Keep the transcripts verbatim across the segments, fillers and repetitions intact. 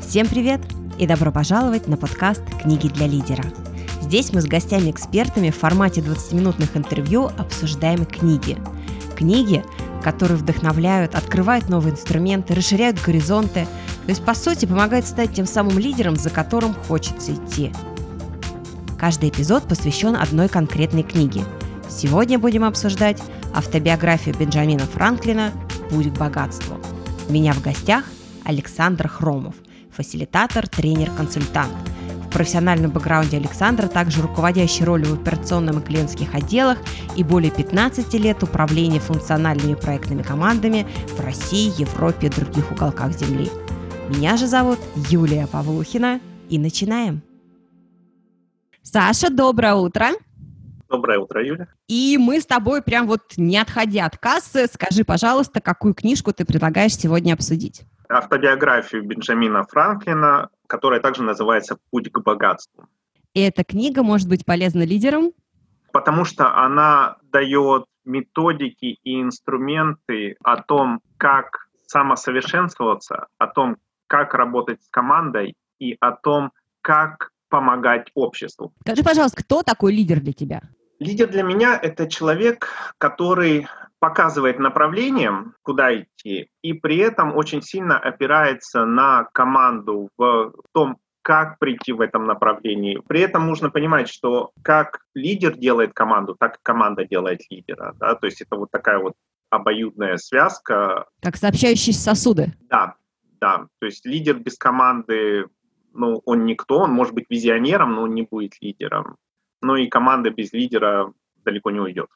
Всем привет и добро пожаловать на подкаст «Книги для лидера». Здесь мы с гостями-экспертами в формате двадцатиминутных интервью обсуждаем книги. Книги, которые вдохновляют, открывают новые инструменты, расширяют горизонты, то есть, по сути, помогают стать тем самым лидером, за которым хочется идти. Каждый эпизод посвящен одной конкретной книге. Сегодня будем обсуждать автобиографию Бенджамина Франклина «Путь к богатству». У меня в гостях Александр Хромов, фасилитатор, тренер, консультант. В профессиональном бэкграунде Александра также руководящий ролью в операционном и клиентских отделах и более пятнадцати лет управления функциональными проектными командами в России, Европе и других уголках Земли. Меня же зовут Юлия Павлухина, и начинаем. Саша, доброе утро. Доброе утро, Юля. И мы с тобой прям вот не отходя от кассы, скажи, пожалуйста, какую книжку ты предлагаешь сегодня обсудить? Автобиографию Бенджамина Франклина, которая также называется «Путь к богатству». И эта книга может быть полезна лидерам? Потому что она дает методики и инструменты о том, как самосовершенствоваться, о том, как работать с командой и о том, как помогать обществу. Скажи, пожалуйста, кто такой лидер для тебя? Лидер для меня — это человек, который показывает направление, куда идти, и при этом очень сильно опирается на команду в том, как прийти в этом направлении. При этом нужно понимать, что как лидер делает команду, так и команда делает лидера. Да? То есть это вот такая вот обоюдная связка. Как сообщающиеся сосуды. Да, да. То есть лидер без команды, ну, он никто, он может быть визионером, но он не будет лидером. Ну и команда без лидера далеко не уйдет.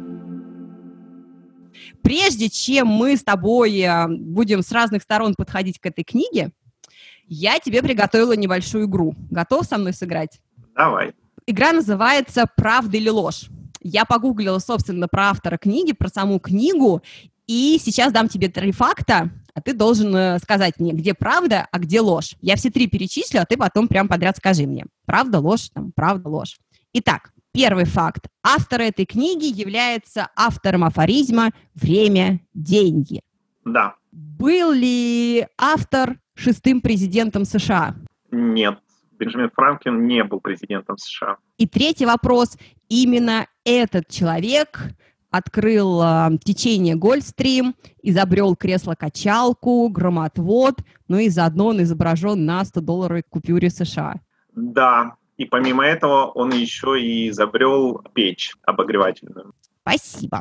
Прежде чем мы с тобой будем с разных сторон подходить к этой книге, я тебе приготовила небольшую игру. Готов со мной сыграть? Давай. Игра называется «Правда или ложь?». Я погуглила, собственно, про автора книги, про саму книгу, и сейчас дам тебе три факта, а ты должен сказать мне, где правда, а где ложь. Я все три перечислю, а ты потом прям подряд скажи мне. Правда, ложь, там, правда, ложь. Итак, первый факт. Автор этой книги является автором афоризма «Время – деньги». Да. Был ли автор шестым президентом США? Нет. Бенджамин Франклин не был президентом США. И третий вопрос. Именно этот человек открыл э, течение Гольфстрим, изобрел кресло-качалку, громотвод, ну и заодно он изображен на сто-долларовой купюре США. Да. И помимо этого он еще и изобрел печь обогревательную. Спасибо.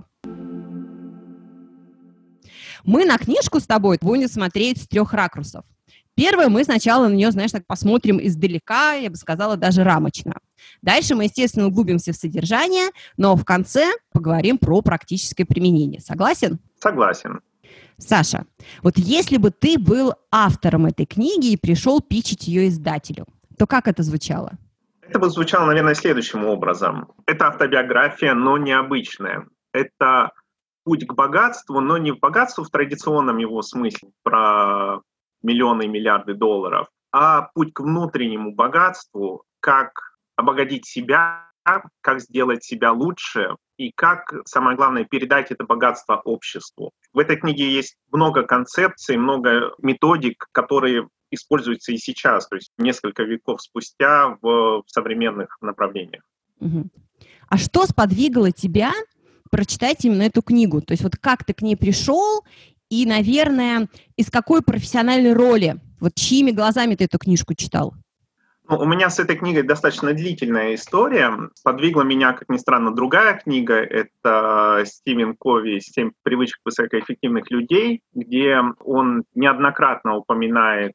Мы на книжку с тобой будем смотреть с трех ракурсов. Первое, мы сначала на нее, знаешь, так посмотрим издалека, я бы сказала, даже рамочно. Дальше мы, естественно, углубимся в содержание, но в конце поговорим про практическое применение. Согласен? Согласен. Саша, вот если бы ты был автором этой книги и пришел питчить ее издателю, то как это звучало? Это бы звучало, наверное, следующим образом. Это автобиография, но необычная. Это путь к богатству, но не в богатству в традиционном его смысле, про миллионы и миллиарды долларов, а путь к внутреннему богатству, как обогатить себя, как сделать себя лучше и как, самое главное, передать это богатство обществу. В этой книге есть много концепций, много методик, которые используются и сейчас, то есть несколько веков спустя в современных направлениях. Угу. А что сподвигло тебя прочитать именно эту книгу? То есть вот как ты к ней пришел и, наверное, из какой профессиональной роли, вот чьими глазами ты эту книжку читал? Ну, у меня с этой книгой достаточно длительная история. Сподвигла меня, как ни странно, другая книга. Это Стивен Кови «Семь привычек высокоэффективных людей», где он неоднократно упоминает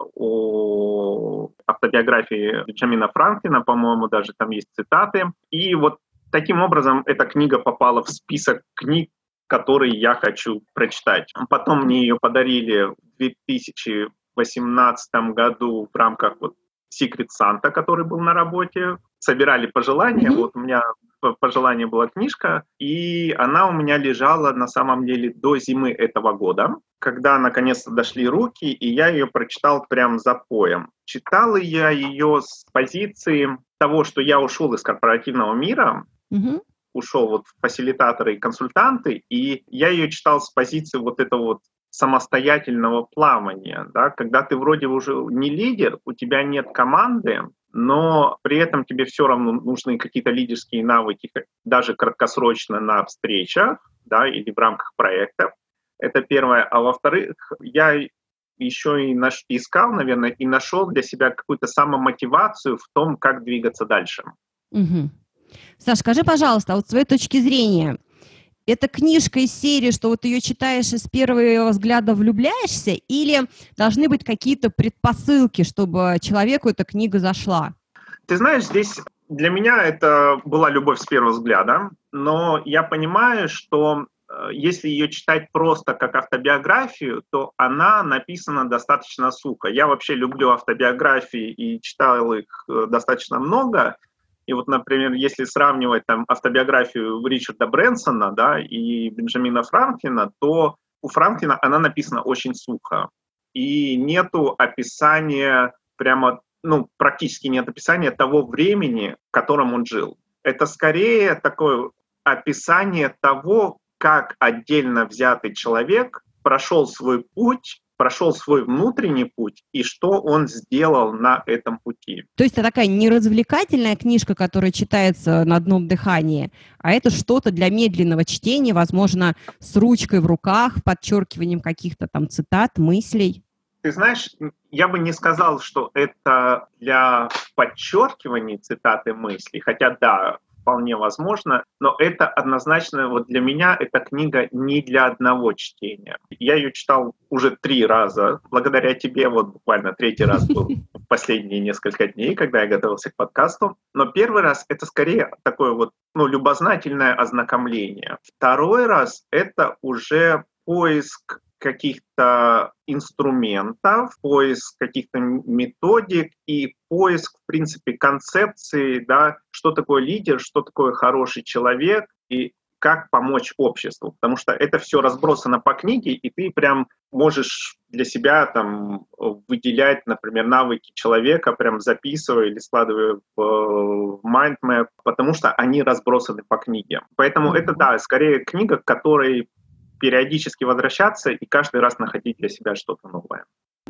о автобиографии Бенджамина Франклина, по-моему, даже там есть цитаты. И вот таким образом эта книга попала в список книг, которые я хочу прочитать. Потом мне ее подарили в две тысячи восемнадцатом году в рамках вот Secret Santa, который был на работе. Собирали пожелания. Mm-hmm. Вот у меня пожелание была книжка, и она у меня лежала на самом деле до зимы этого года, когда наконец-то дошли руки, и я ее прочитал прям запоем. Читал я ее с позиции того, что я ушел из корпоративного мира, mm-hmm. ушел вот в фасилитаторы и консультанты, и я ее читал с позиции вот этого вот самостоятельного плавания, да, когда ты вроде уже не лидер, у тебя нет команды, но при этом тебе все равно нужны какие-то лидерские навыки, даже краткосрочно на встречах, да, или в рамках проектов. Это первое. А во-вторых, я еще и наш, искал, наверное, и нашел для себя какую-то самомотивацию в том, как двигаться дальше. Угу. Саш, скажи, пожалуйста, а вот с твоей точки зрения, это книжка из серии, что вот ее читаешь и с первого взгляда влюбляешься, или должны быть какие-то предпосылки, чтобы человеку эта книга зашла? Ты знаешь, здесь для меня это была любовь с первого взгляда, но я понимаю, что э, если ее читать просто как автобиографию, то она написана достаточно сухо. Я вообще люблю автобиографии и читал их э, достаточно много. И вот, например, если сравнивать там автобиографию Ричарда Брэнсона, да, и Бенджамина Франклина, то у Франклина она написана очень сухо. И нету описания прямо, ну, практически нет описания того времени, в котором он жил. Это скорее такое описание того, как отдельно взятый человек прошел свой путь, прошел свой внутренний путь и что он сделал на этом пути. То есть это такая не развлекательная книжка, которая читается на одном дыхании, а это что-то для медленного чтения, возможно, с ручкой в руках, подчеркиванием каких-то там цитат, мыслей. Ты знаешь, я бы не сказал, что это для подчеркивания цитаты мыслей, хотя да, вполне возможно, но это однозначно, вот для меня эта книга не для одного чтения. Я ее читал уже три раза, благодаря тебе, вот буквально третий раз был в последние несколько дней, когда я готовился к подкасту, но первый раз это скорее такое вот, ну, любознательное ознакомление. Второй раз это уже поиск каких-то инструментов, поиск каких-то методик и поиск, в принципе, концепции, да, что такое лидер, что такое хороший человек и как помочь обществу. Потому что это все разбросано по книге, и ты прям можешь для себя там выделять, например, навыки человека, прям записывая или складывая в mindmap, потому что они разбросаны по книге. Поэтому mm-hmm. это, да, скорее книга, к которой периодически возвращаться и каждый раз находить для себя что-то новое.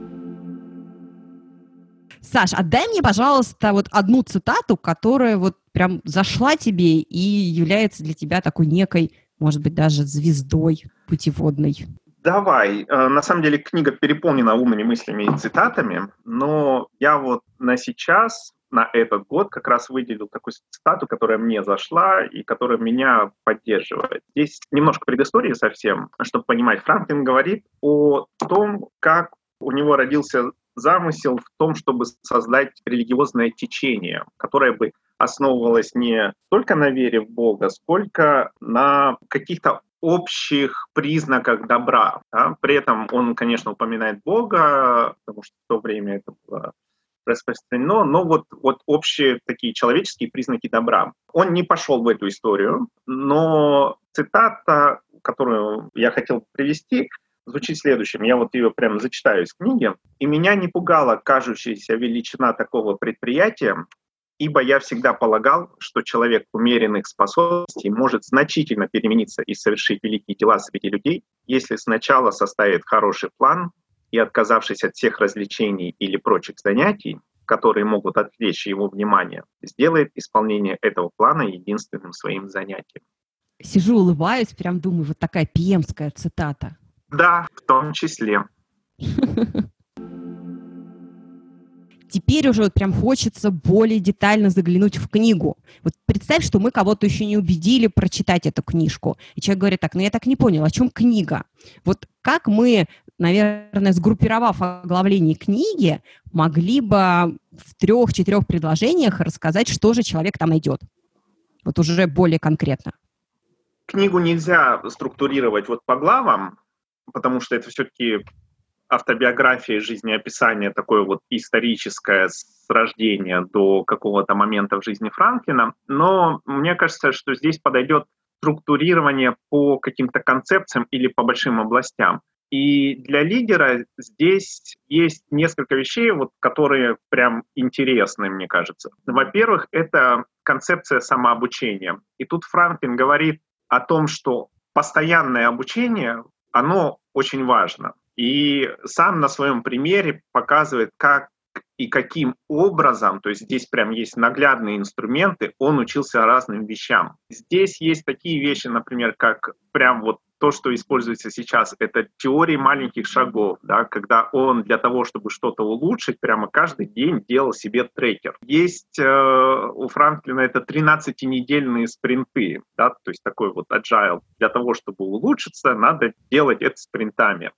Саш, отдай мне, пожалуйста, вот одну цитату, которая вот прям зашла тебе и является для тебя такой некой, может быть, даже звездой путеводной. Давай. На самом деле книга переполнена умными мыслями и цитатами, но я вот на сейчас, на этот год как раз выделил такую цитату, которая мне зашла и которая меня поддерживает. Здесь немножко предыстории совсем, чтобы понимать. Франклин говорит о том, как у него родился замысел в том, чтобы создать религиозное течение, которое бы основывалось не только на вере в Бога, сколько на каких-то общих признаках добра. Да? При этом он, конечно, упоминает Бога, потому что в то время это было распространено, но вот, вот общие такие человеческие признаки добра. Он не пошел в эту историю, но цитата, которую я хотел привести, звучит следующим. Я вот ее прямо зачитаю из книги. «И меня не пугала кажущаяся величина такого предприятия, ибо я всегда полагал, что человек умеренных способностей может значительно перемениться и совершить великие дела среди людей, если сначала составит хороший план и, отказавшись от всех развлечений или прочих занятий, которые могут отвлечь его внимание, сделает исполнение этого плана единственным своим занятием». Сижу, улыбаюсь, прям думаю, вот такая пиемская цитата. Да, в том числе. Теперь уже вот прям хочется более детально заглянуть в книгу. Вот представь, что мы кого-то еще не убедили прочитать эту книжку. И человек говорит так, ну я так не понял, о чем книга? Вот как мы, наверное, сгруппировав оглавление книги, могли бы в трех-четырех предложениях рассказать, что же человек там найдет? Вот уже более конкретно. Книгу нельзя структурировать вот по главам, потому что это все-таки автобиография, жизнеописание такое вот историческое с рождения до какого-то момента в жизни Франклина. Но мне кажется, что здесь подойдет структурирование по каким-то концепциям или по большим областям. И для лидера здесь есть несколько вещей, вот, которые прям интересны, мне кажется. Во-первых, это концепция самообучения. И тут Франклин говорит о том, что постоянное обучение, оно очень важно. И сам на своем примере показывает, как и каким образом, то есть здесь прям есть наглядные инструменты, он учился разным вещам. Здесь есть такие вещи, например, как прям вот то, что используется сейчас, это теория маленьких шагов, да, когда он для того, чтобы что-то улучшить, прямо каждый день делал себе трекер. Есть э, у Франклина это тринадцатинедельные спринты, да, то есть такой вот agile. Для того, чтобы улучшиться, надо делать это спринтами.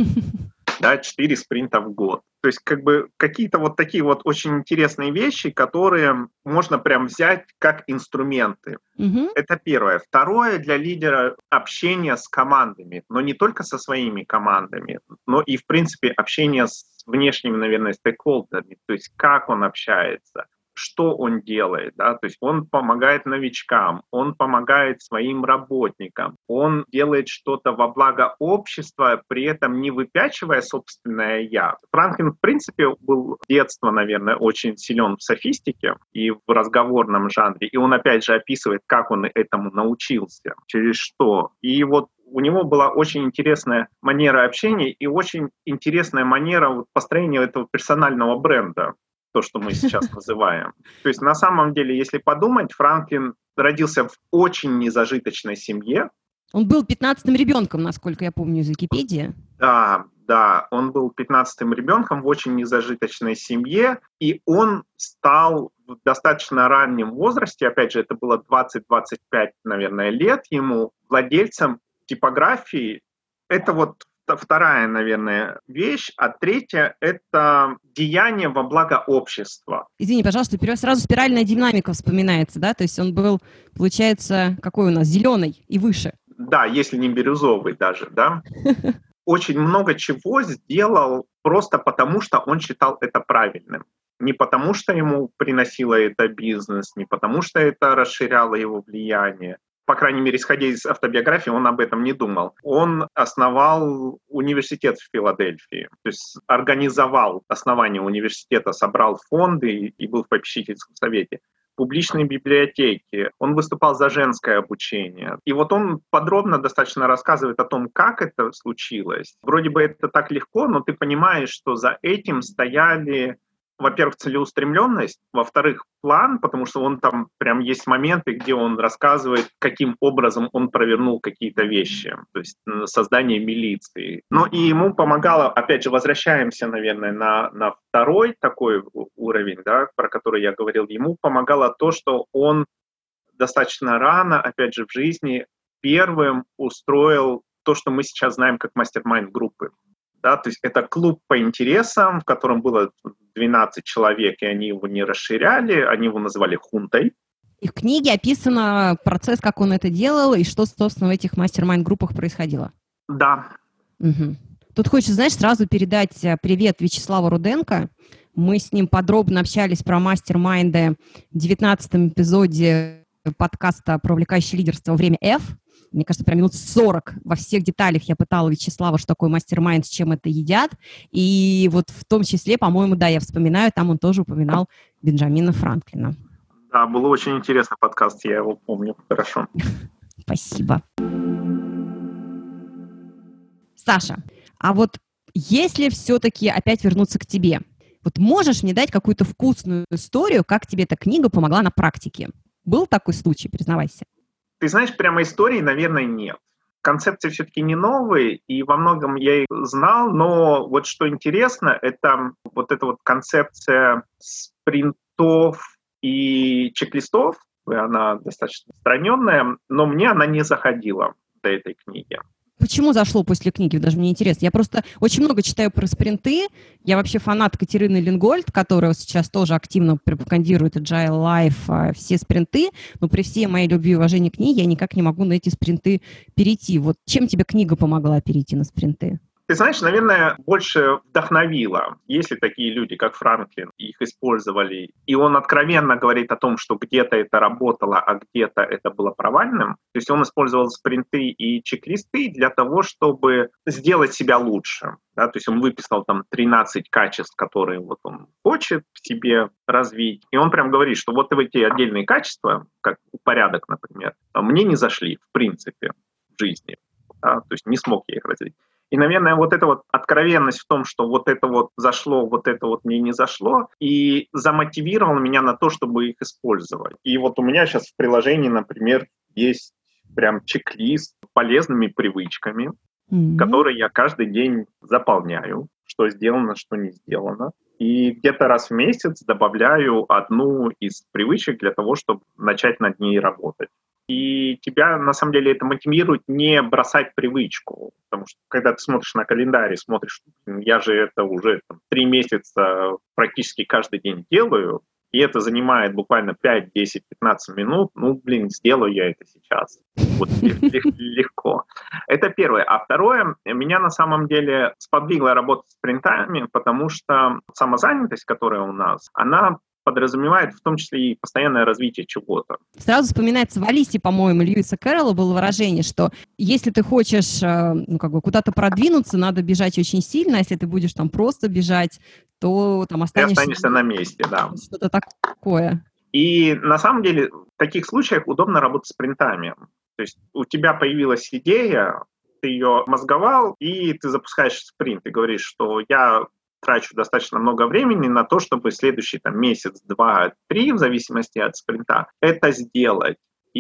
Да, четыре спринта в год. То есть как бы какие-то вот такие вот очень интересные вещи, которые можно прям взять как инструменты. Mm-hmm. Это первое. Второе, для лидера общение с командами, но не только со своими командами, но и, в принципе, общение с внешними, наверное, стейкхолдерами, то есть как он общается, что он делает, да, то есть он помогает новичкам, он помогает своим работникам, он делает что-то во благо общества, при этом не выпячивая собственное «я». Франклин, в принципе, был с детства, наверное, очень силен в софистике и в разговорном жанре, и он, опять же, описывает, как он этому научился, через что. И вот у него была очень интересная манера общения и очень интересная манера построения этого персонального бренда, то, что мы сейчас называем. То есть на самом деле, если подумать, Франклин родился в очень незажиточной семье. Он был пятнадцатым ребенком, насколько я помню из Википедии. Да, да, он был пятнадцатым ребенком в очень незажиточной семье, и он стал в достаточно раннем возрасте, опять же, это было двадцать-двадцать пять, наверное, лет ему, владельцем типографии. Это вот вторая, наверное, вещь, а третья — это деяние во благо общества. Извини, пожалуйста, вперед сразу спиральная динамика вспоминается, да? То есть он был, получается, какой у нас, зеленый и выше. Да, если не бирюзовый даже, да. Очень много чего сделал просто потому, что он считал это правильным. Не потому, что ему приносило это бизнес, не потому, что это расширяло его влияние. По крайней мере, исходя из автобиографии, он об этом не думал. Он основал университет в Филадельфии, то есть организовал основание университета, собрал фонды и был в попечительском совете. Публичные библиотеки, он выступал за женское обучение. И вот он подробно достаточно рассказывает о том, как это случилось. Вроде бы это так легко, но ты понимаешь, что за этим стояли, во-первых, целеустремленность, во-вторых, план, потому что он там прям есть моменты, где он рассказывает, каким образом он провернул какие-то вещи, то есть создание милиции. Но и ему помогало, опять же, возвращаемся, наверное, на, на второй такой уровень, да, про который я говорил, ему помогало то, что он достаточно рано, опять же, в жизни первым устроил то, что мы сейчас знаем как мастер-майнд-группы. Да, то есть это клуб по интересам, в котором было двенадцать человек, и они его не расширяли, они его называли хунтой. И в книге описан процесс, как он это делал, и что, собственно, в этих мастер-майнд-группах происходило. Да. Угу. Тут хочется, знаешь, сразу передать привет Вячеславу Руденко. Мы с ним подробно общались про мастер-майнды в девятнадцатом эпизоде подкаста про увлекающее лидерство «Время F». Мне кажется, прям минут сорок во всех деталях я пытала Вячеслава, что такое мастер-майнд, с чем это едят. И вот в том числе, по-моему, да, я вспоминаю, там он тоже упоминал Бенджамина Франклина. Да, был очень интересный подкаст, я его помню хорошо. Спасибо. Саша, а вот если все-таки опять вернуться к тебе, вот можешь мне дать какую-то вкусную историю, как тебе эта книга помогла на практике? Был такой случай, признавайся? Ты знаешь, прямо истории, наверное, нет. Концепции все-таки не новые, и во многом я их знал, но вот что интересно, это вот эта вот концепция спринтов и чек-листов, она достаточно страненная, но мне она не заходила до этой книги. Почему зашло после книги? Даже мне интересно. Я просто очень много читаю про спринты. Я вообще фанат Катерины Ленгольд, которая сейчас тоже активно пропагандирует Agile Life, все спринты. Но при всей моей любви и уважении к ней я никак не могу на эти спринты перейти. Вот чем тебе книга помогла перейти на спринты? Ты знаешь, наверное, больше вдохновило. Есть ли такие люди, как Франклин, их использовали, и он откровенно говорит о том, что где-то это работало, а где-то это было провальным. То есть он использовал спринты и чек-листы для того, чтобы сделать себя лучше. Да? То есть он выписал там тринадцать качеств, которые вот он хочет в себе развить. И он прям говорит, что вот эти отдельные качества, как порядок, например, мне не зашли в принципе в жизни. Да? То есть не смог я их развить. И, наверное, вот эта вот откровенность в том, что вот это вот зашло, вот это вот мне не зашло, и замотивировала меня на то, чтобы их использовать. И вот у меня сейчас в приложении, например, есть прям чек-лист с полезными привычками, mm-hmm. которые я каждый день заполняю, что сделано, что не сделано. И где-то раз в месяц добавляю одну из привычек для того, чтобы начать над ней работать. И тебя, на самом деле, это мотивирует не бросать привычку. Потому что, когда ты смотришь на календарь и смотришь, я же это уже там, три месяца практически каждый день делаю, и это занимает буквально пять, десять, пятнадцать минут, ну, блин, сделаю я это сейчас. Вот легко. Это первое. А второе, меня на самом деле сподвигло работать с спринтами, потому что самозанятость, которая у нас, она подразумевает в том числе и постоянное развитие чего-то. Сразу вспоминается в Алисе, по-моему, Льюиса Кэрролла было выражение, что если ты хочешь ну, как бы куда-то продвинуться, надо бежать очень сильно, а если ты будешь там просто бежать, то там останешься... Ты останешься на месте, да. Что-то такое. И на самом деле в таких случаях удобно работать с спринтами. То есть у тебя появилась идея, ты ее мозговал, и ты запускаешь спринт, и говоришь, что я... трачу достаточно много времени на то, чтобы следующий там, месяц, два, три, в зависимости от спринта, это сделать.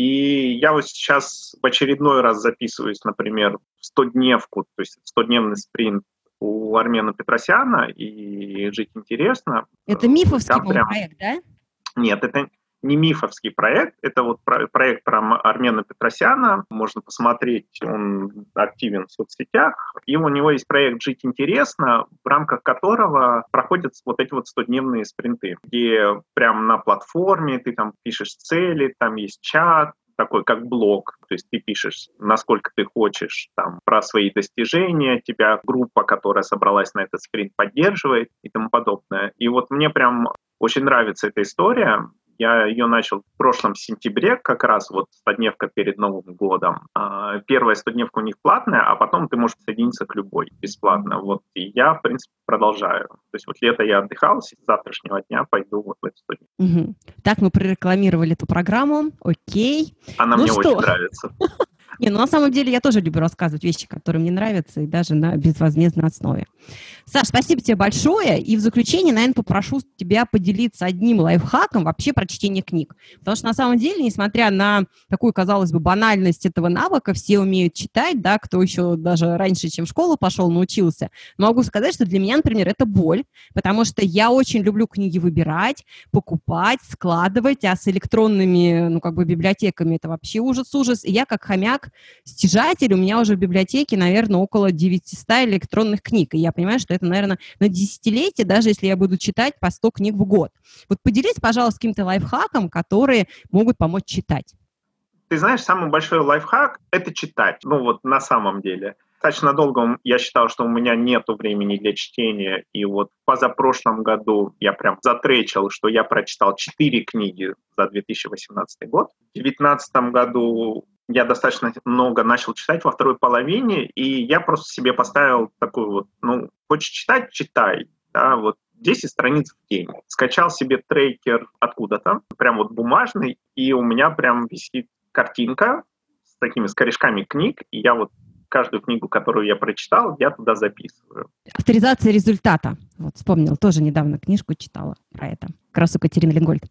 И я вот сейчас в очередной раз записываюсь, например, в стодневку, то есть стодневный спринт у Армена Петросяна, и «Жить интересно». Это мифовский прям... проект, да? Нет, это не мифовский проект, это вот проект про Армена Петросяна, можно посмотреть, он активен в соцсетях, и у него есть проект «Жить интересно», в рамках которого проходят вот эти вот стодневные спринты, где прямо на платформе ты там пишешь цели, там есть чат, такой как блог, то есть ты пишешь, насколько ты хочешь там, про свои достижения, тебя группа, которая собралась на этот спринт, поддерживает и тому подобное. И вот мне прям очень нравится эта история. Я ее начал в прошлом сентябре, как раз вот стодневка перед Новым годом. Первая стодневка у них платная, а потом ты можешь присоединиться к любой бесплатно. Вот и я, в принципе, продолжаю. То есть вот лето я отдыхал, с завтрашнего дня пойду вот в эту стодневку. Угу. Так мы прорекламировали эту программу. Окей. Она ну мне что? очень нравится. Не, ну на самом деле я тоже люблю рассказывать вещи, которые мне нравятся, и даже на безвозмездной основе. Саш, спасибо тебе большое. И в заключение, наверное, попрошу тебя поделиться одним лайфхаком вообще про чтение книг. Потому что на самом деле, несмотря на такую, казалось бы, банальность этого навыка, все умеют читать, да, кто еще даже раньше, чем в школу пошел, научился. Могу сказать, что для меня, например, это боль, потому что я очень люблю книги выбирать, покупать, складывать, а с электронными, ну, как бы, библиотеками это вообще ужас-ужас. И я, как хомяк, стяжатель, у меня уже в библиотеке, наверное, около девятьсот электронных книг. И я понимаю, что это, наверное, на десятилетие, даже если я буду читать по сто книг в год. Вот поделись, пожалуйста, каким-то лайфхаком, которые могут помочь читать. Ты знаешь, самый большой лайфхак – это читать. Ну вот на самом деле. Достаточно долго я считал, что у меня нет времени для чтения. И вот в позапрошлом году я прям затречил, что я прочитал четыре книги за две тысячи восемнадцатый год. В две тысячи девятнадцатом году я достаточно много начал читать во второй половине, и я просто себе поставил такую вот, ну, хочешь читать – читай, да, вот десять страниц в день. Скачал себе трекер откуда-то, прям вот бумажный, и у меня прям висит картинка с такими с корешками книг, и я вот каждую книгу, которую я прочитал, я туда записываю. Авторизация результата. Вот вспомнил, тоже недавно книжку читала про это. Как раз у Катерины Ленгольд.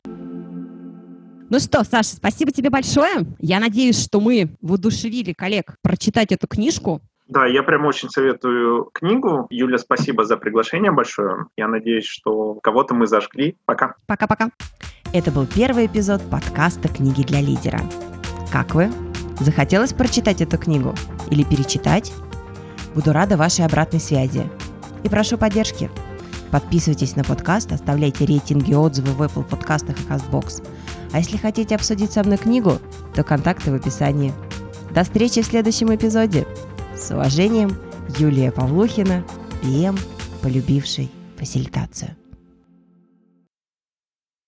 Ну что, Саша, спасибо тебе большое. Я надеюсь, что мы воодушевили коллег прочитать эту книжку. Да, я прям очень советую книгу. Юля, спасибо за приглашение большое. Я надеюсь, что кого-то мы зажгли. Пока. Пока-пока. Это был первый эпизод подкаста «Книги для лидера». Как вы? Захотелось прочитать эту книгу? Или перечитать? Буду рада вашей обратной связи. И прошу поддержки. Подписывайтесь на подкаст, оставляйте рейтинги и отзывы в Apple подкастах и Castbox. А если хотите обсудить со мной книгу, то контакты в описании. До встречи в следующем эпизоде. С уважением, Юлия Павлухина, пи эм, полюбивший фасилитацию.